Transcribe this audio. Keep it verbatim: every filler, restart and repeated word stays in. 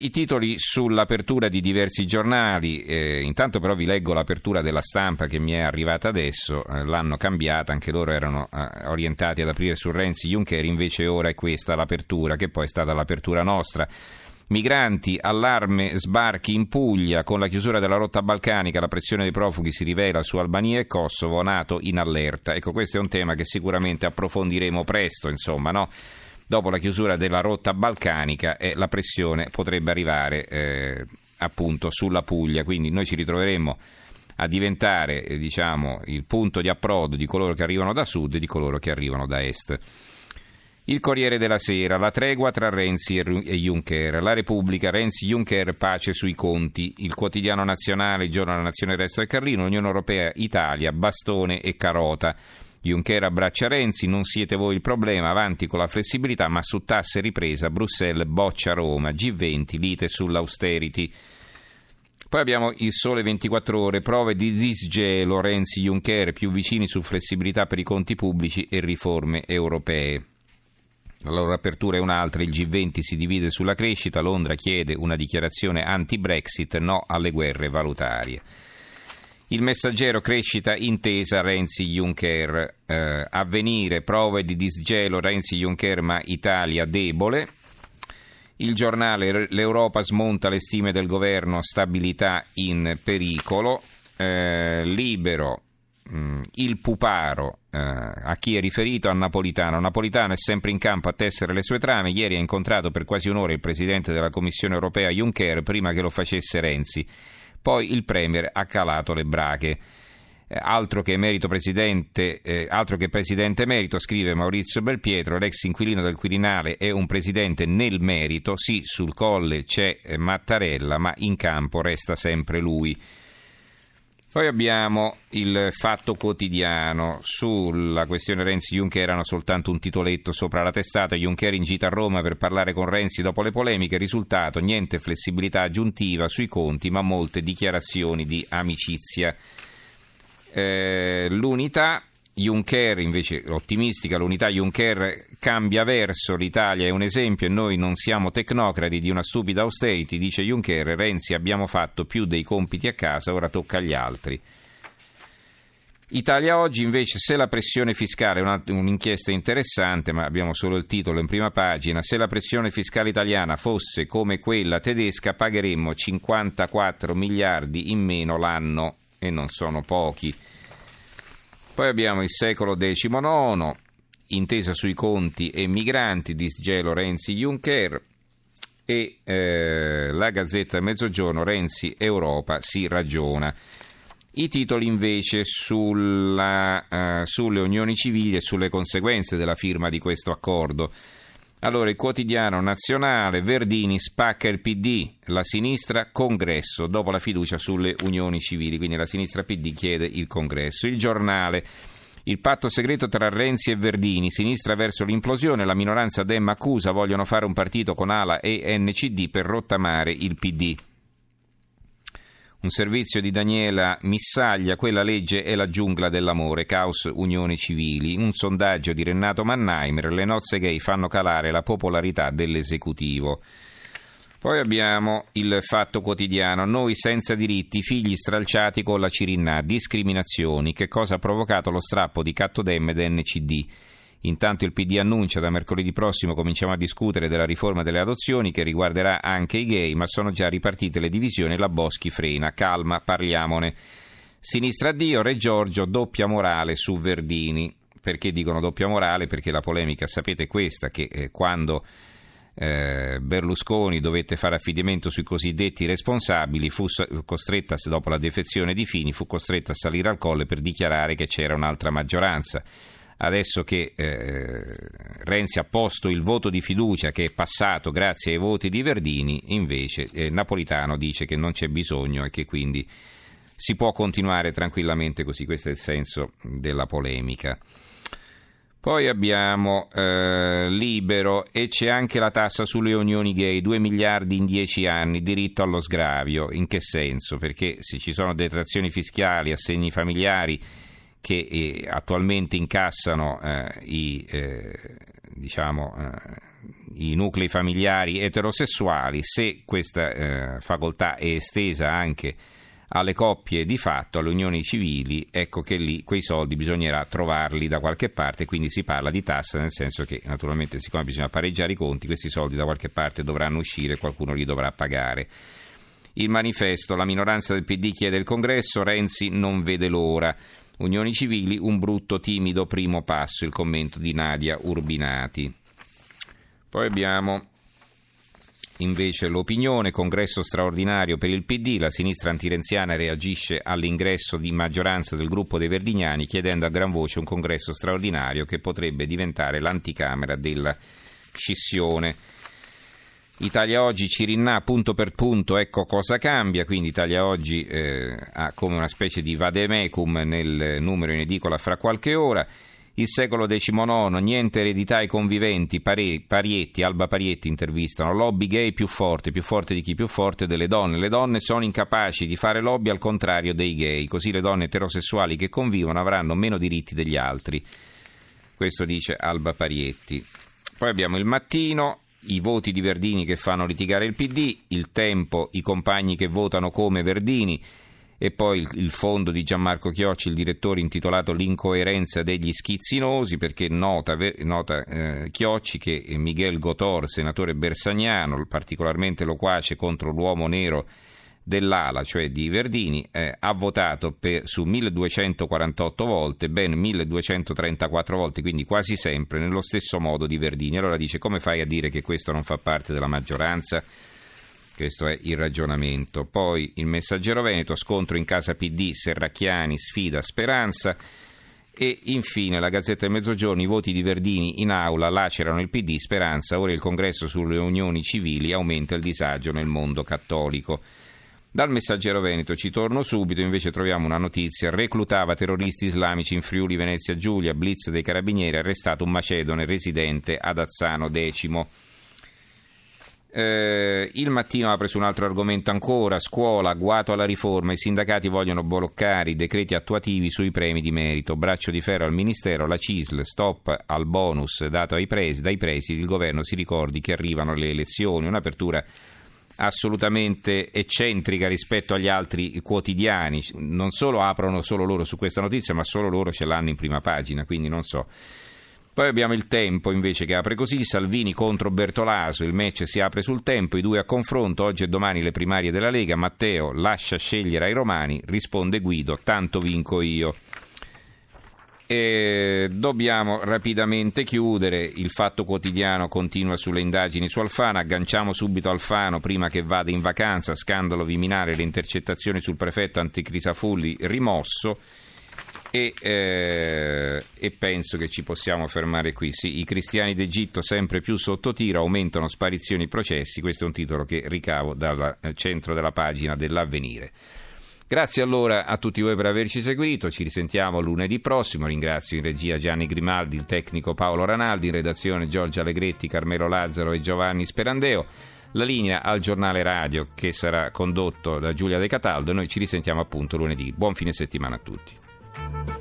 I titoli sull'apertura di diversi giornali, eh, intanto però vi leggo l'apertura della Stampa che mi è arrivata adesso, eh, l'hanno cambiata, anche loro erano eh, orientati ad aprire su Renzi Juncker, invece ora è questa l'apertura, che poi è stata l'apertura nostra. Migranti, allarme, sbarchi in Puglia, con la chiusura della rotta balcanica la pressione dei profughi si rivela su Albania e Kosovo, NATO in allerta. Ecco, questo è un tema che sicuramente approfondiremo presto, insomma, no? Dopo la chiusura della rotta balcanica eh, la pressione potrebbe arrivare eh, appunto sulla Puglia, quindi noi ci ritroveremo a diventare eh, diciamo il punto di approdo di coloro che arrivano da sud e di coloro che arrivano da est. Il Corriere della Sera, la tregua tra Renzi e Juncker, la Repubblica, Renzi Juncker, pace sui conti, il Quotidiano Nazionale, il Giorno della Nazione, il Resto del Carlino, Unione Europea, Italia, bastone e carota. Juncker abbraccia Renzi, non siete voi il problema, avanti con la flessibilità, ma su tasse ripresa, Bruxelles boccia Roma, G venti, lite sull'austerity. Poi abbiamo il Sole ventiquattro Ore, prove di disgelo, Renzi Juncker più vicini su flessibilità per i conti pubblici e riforme europee. La loro apertura è un'altra, il G venti si divide sulla crescita, Londra chiede una dichiarazione anti-Brexit, no alle guerre valutarie. Il Messaggero, crescita intesa Renzi-Juncker, eh, Avvenire, prove di disgelo Renzi-Juncker ma Italia debole. Il Giornale, l'Europa smonta le stime del governo, stabilità in pericolo. Eh, Libero, mh, il puparo, eh, a chi è riferito? A Napolitano. Napolitano è sempre in campo a tessere le sue trame, ieri ha incontrato per quasi un'ora il Presidente della Commissione Europea Juncker prima che lo facesse Renzi. Poi il Premier ha calato le brache. Eh, altro che merito presidente, eh, altro che presidente emerito, scrive Maurizio Belpietro, l'ex inquilino del Quirinale è un presidente nel merito, sì, sul colle c'è eh, Mattarella, ma in campo resta sempre lui. Poi abbiamo il Fatto Quotidiano, sulla questione Renzi-Juncker erano soltanto un titoletto sopra la testata, Juncker in gita a Roma per parlare con Renzi dopo le polemiche, risultato niente flessibilità aggiuntiva sui conti ma molte dichiarazioni di amicizia. Eh, l'unità, Juncker invece ottimistica, l'unità Juncker cambia verso, l'Italia è un esempio e noi non siamo tecnocrati di una stupida austerity, dice Juncker, Renzi abbiamo fatto più dei compiti a casa, ora tocca agli altri. Italia Oggi invece, se la pressione fiscale, è una, un'inchiesta interessante ma abbiamo solo il titolo in prima pagina, se la pressione fiscale italiana fosse come quella tedesca pagheremmo cinquantaquattro miliardi in meno l'anno e non sono pochi. Poi abbiamo il Secolo diciannove, intesa sui conti e migranti, disgelo Renzi-Juncker e eh, la Gazzetta del Mezzogiorno, Renzi Europa si ragiona. I titoli invece sulla, uh, sulle unioni civili e sulle conseguenze della firma di questo accordo. Allora, il Quotidiano Nazionale, Verdini spacca il P D, la sinistra congresso, dopo la fiducia sulle unioni civili, quindi la sinistra P D chiede il congresso. Il Giornale, il patto segreto tra Renzi e Verdini, sinistra verso l'implosione, la minoranza Dem accusa, vogliono fare un partito con Ala e N C D per rottamare il P D. Un servizio di Daniela Missaglia, quella legge è la giungla dell'amore, caos unioni civili. Un sondaggio di Renato Mannheimer, le nozze gay fanno calare la popolarità dell'esecutivo. Poi abbiamo il Fatto Quotidiano, noi senza diritti, figli stralciati con la Cirinnà, discriminazioni, che cosa ha provocato lo strappo di Cattodem ed N C D. Intanto il P D annuncia da mercoledì prossimo cominciamo a discutere della riforma delle adozioni che riguarderà anche i gay, ma sono già ripartite le divisioni e la Boschi frena. Calma, parliamone. Sinistra addio, Re Giorgio, doppia morale su Verdini. Perché dicono doppia morale? Perché la polemica, sapete, è questa, che eh, quando eh, Berlusconi dovette fare affidamento sui cosiddetti responsabili, fu costretta, dopo la defezione di Fini, fu costretta a salire al colle per dichiarare che c'era un'altra maggioranza. Adesso che eh, Renzi ha posto il voto di fiducia che è passato grazie ai voti di Verdini, invece eh, Napolitano dice che non c'è bisogno e che quindi si può continuare tranquillamente così. Questo è il senso della polemica. Poi abbiamo eh, Libero e c'è anche la tassa sulle unioni gay, due miliardi in dieci anni, diritto allo sgravio. In che senso? Perché se ci sono detrazioni fiscali, assegni familiari che eh, attualmente incassano eh, i, eh, diciamo, eh, i nuclei familiari eterosessuali, se questa eh, facoltà è estesa anche alle coppie di fatto, alle unioni civili, ecco che lì quei soldi bisognerà trovarli da qualche parte, quindi si parla di tassa, nel senso che naturalmente siccome bisogna pareggiare i conti, questi soldi da qualche parte dovranno uscire e qualcuno li dovrà pagare. Il manifesto, la minoranza del P D chiede il congresso, Renzi non vede l'ora. Unioni civili, un brutto timido primo passo, il commento di Nadia Urbinati. Poi abbiamo invece l'opinione, congresso straordinario per il P D, la sinistra antirenziana reagisce all'ingresso di maggioranza del gruppo dei Verdignani chiedendo a gran voce un congresso straordinario che potrebbe diventare l'anticamera della scissione. Italia Oggi, Cirinnà, punto per punto, ecco cosa cambia, quindi Italia Oggi eh, ha come una specie di vademecum nel numero in edicola fra qualche ora. Il secolo diciannove, niente eredità ai conviventi, Pare, Parietti, Alba Parietti intervistano, lobby gay più forte, più forte di chi più forte delle donne, le donne sono incapaci di fare lobby al contrario dei gay, così le donne eterosessuali che convivono avranno meno diritti degli altri, questo dice Alba Parietti. Poi abbiamo Il Mattino, i voti di Verdini che fanno litigare il P D, Il Tempo, i compagni che votano come Verdini, e poi il, il fondo di Gianmarco Chiocci, il direttore, intitolato L'incoerenza degli schizzinosi, perché nota, nota eh, Chiocci che Miguel Gotor, senatore bersagnano, particolarmente loquace contro l'uomo nero dell'ala, cioè di Verdini, eh, ha votato per, su milleduecentoquarantotto volte, ben milleduecentotrentaquattro volte, quindi quasi sempre nello stesso modo di Verdini. Allora dice, come fai a dire che questo non fa parte della maggioranza? Questo è il ragionamento. Poi il Messaggero Veneto, scontro in casa P D, Serracchiani sfida Speranza. E infine la Gazzetta del Mezzogiorno, i voti di Verdini in aula lacerano il P D, Speranza, ora il congresso sulle unioni civili, aumenta il disagio nel mondo cattolico. Dal Messaggero Veneto ci torno subito, invece troviamo una notizia, reclutava terroristi islamici in Friuli Venezia Giulia, blitz dei carabinieri, arrestato un macedone residente ad Azzano Decimo. Eh, il Mattino apre su un altro argomento ancora, scuola, agguato alla riforma, i sindacati vogliono bloccare i decreti attuativi sui premi di merito, braccio di ferro al Ministero, la C I S L, stop al bonus dato ai presi, dai presidi, il governo si ricordi che arrivano le elezioni, un'apertura assolutamente eccentrica rispetto agli altri quotidiani, non solo aprono solo loro su questa notizia, ma solo loro ce l'hanno in prima pagina, quindi non so. Poi abbiamo Il Tempo invece che apre così, Salvini contro Bertolaso, il match si apre sul Tempo, i due a confronto, oggi e domani le primarie della Lega, Matteo lascia scegliere ai romani, risponde Guido, tanto vinco io. E dobbiamo rapidamente chiudere, il Fatto Quotidiano continua sulle indagini su Alfano, agganciamo subito Alfano prima che vada in vacanza, scandalo Viminale, le intercettazioni sul prefetto Anticrisafulli rimosso. E, eh, e penso che ci possiamo fermare qui. Sì, i cristiani d'Egitto sempre più sotto tiro, aumentano sparizioni e processi, questo è un titolo che ricavo dal centro della pagina dell'Avvenire. Grazie allora a tutti voi per averci seguito, ci risentiamo lunedì prossimo, ringrazio in regia Gianni Grimaldi, il tecnico Paolo Ranaldi, in redazione Giorgia Allegretti, Carmelo Lazzaro e Giovanni Sperandeo, la linea al giornale radio che sarà condotto da Giulia De Cataldo e noi ci risentiamo appunto lunedì. Buon fine settimana a tutti.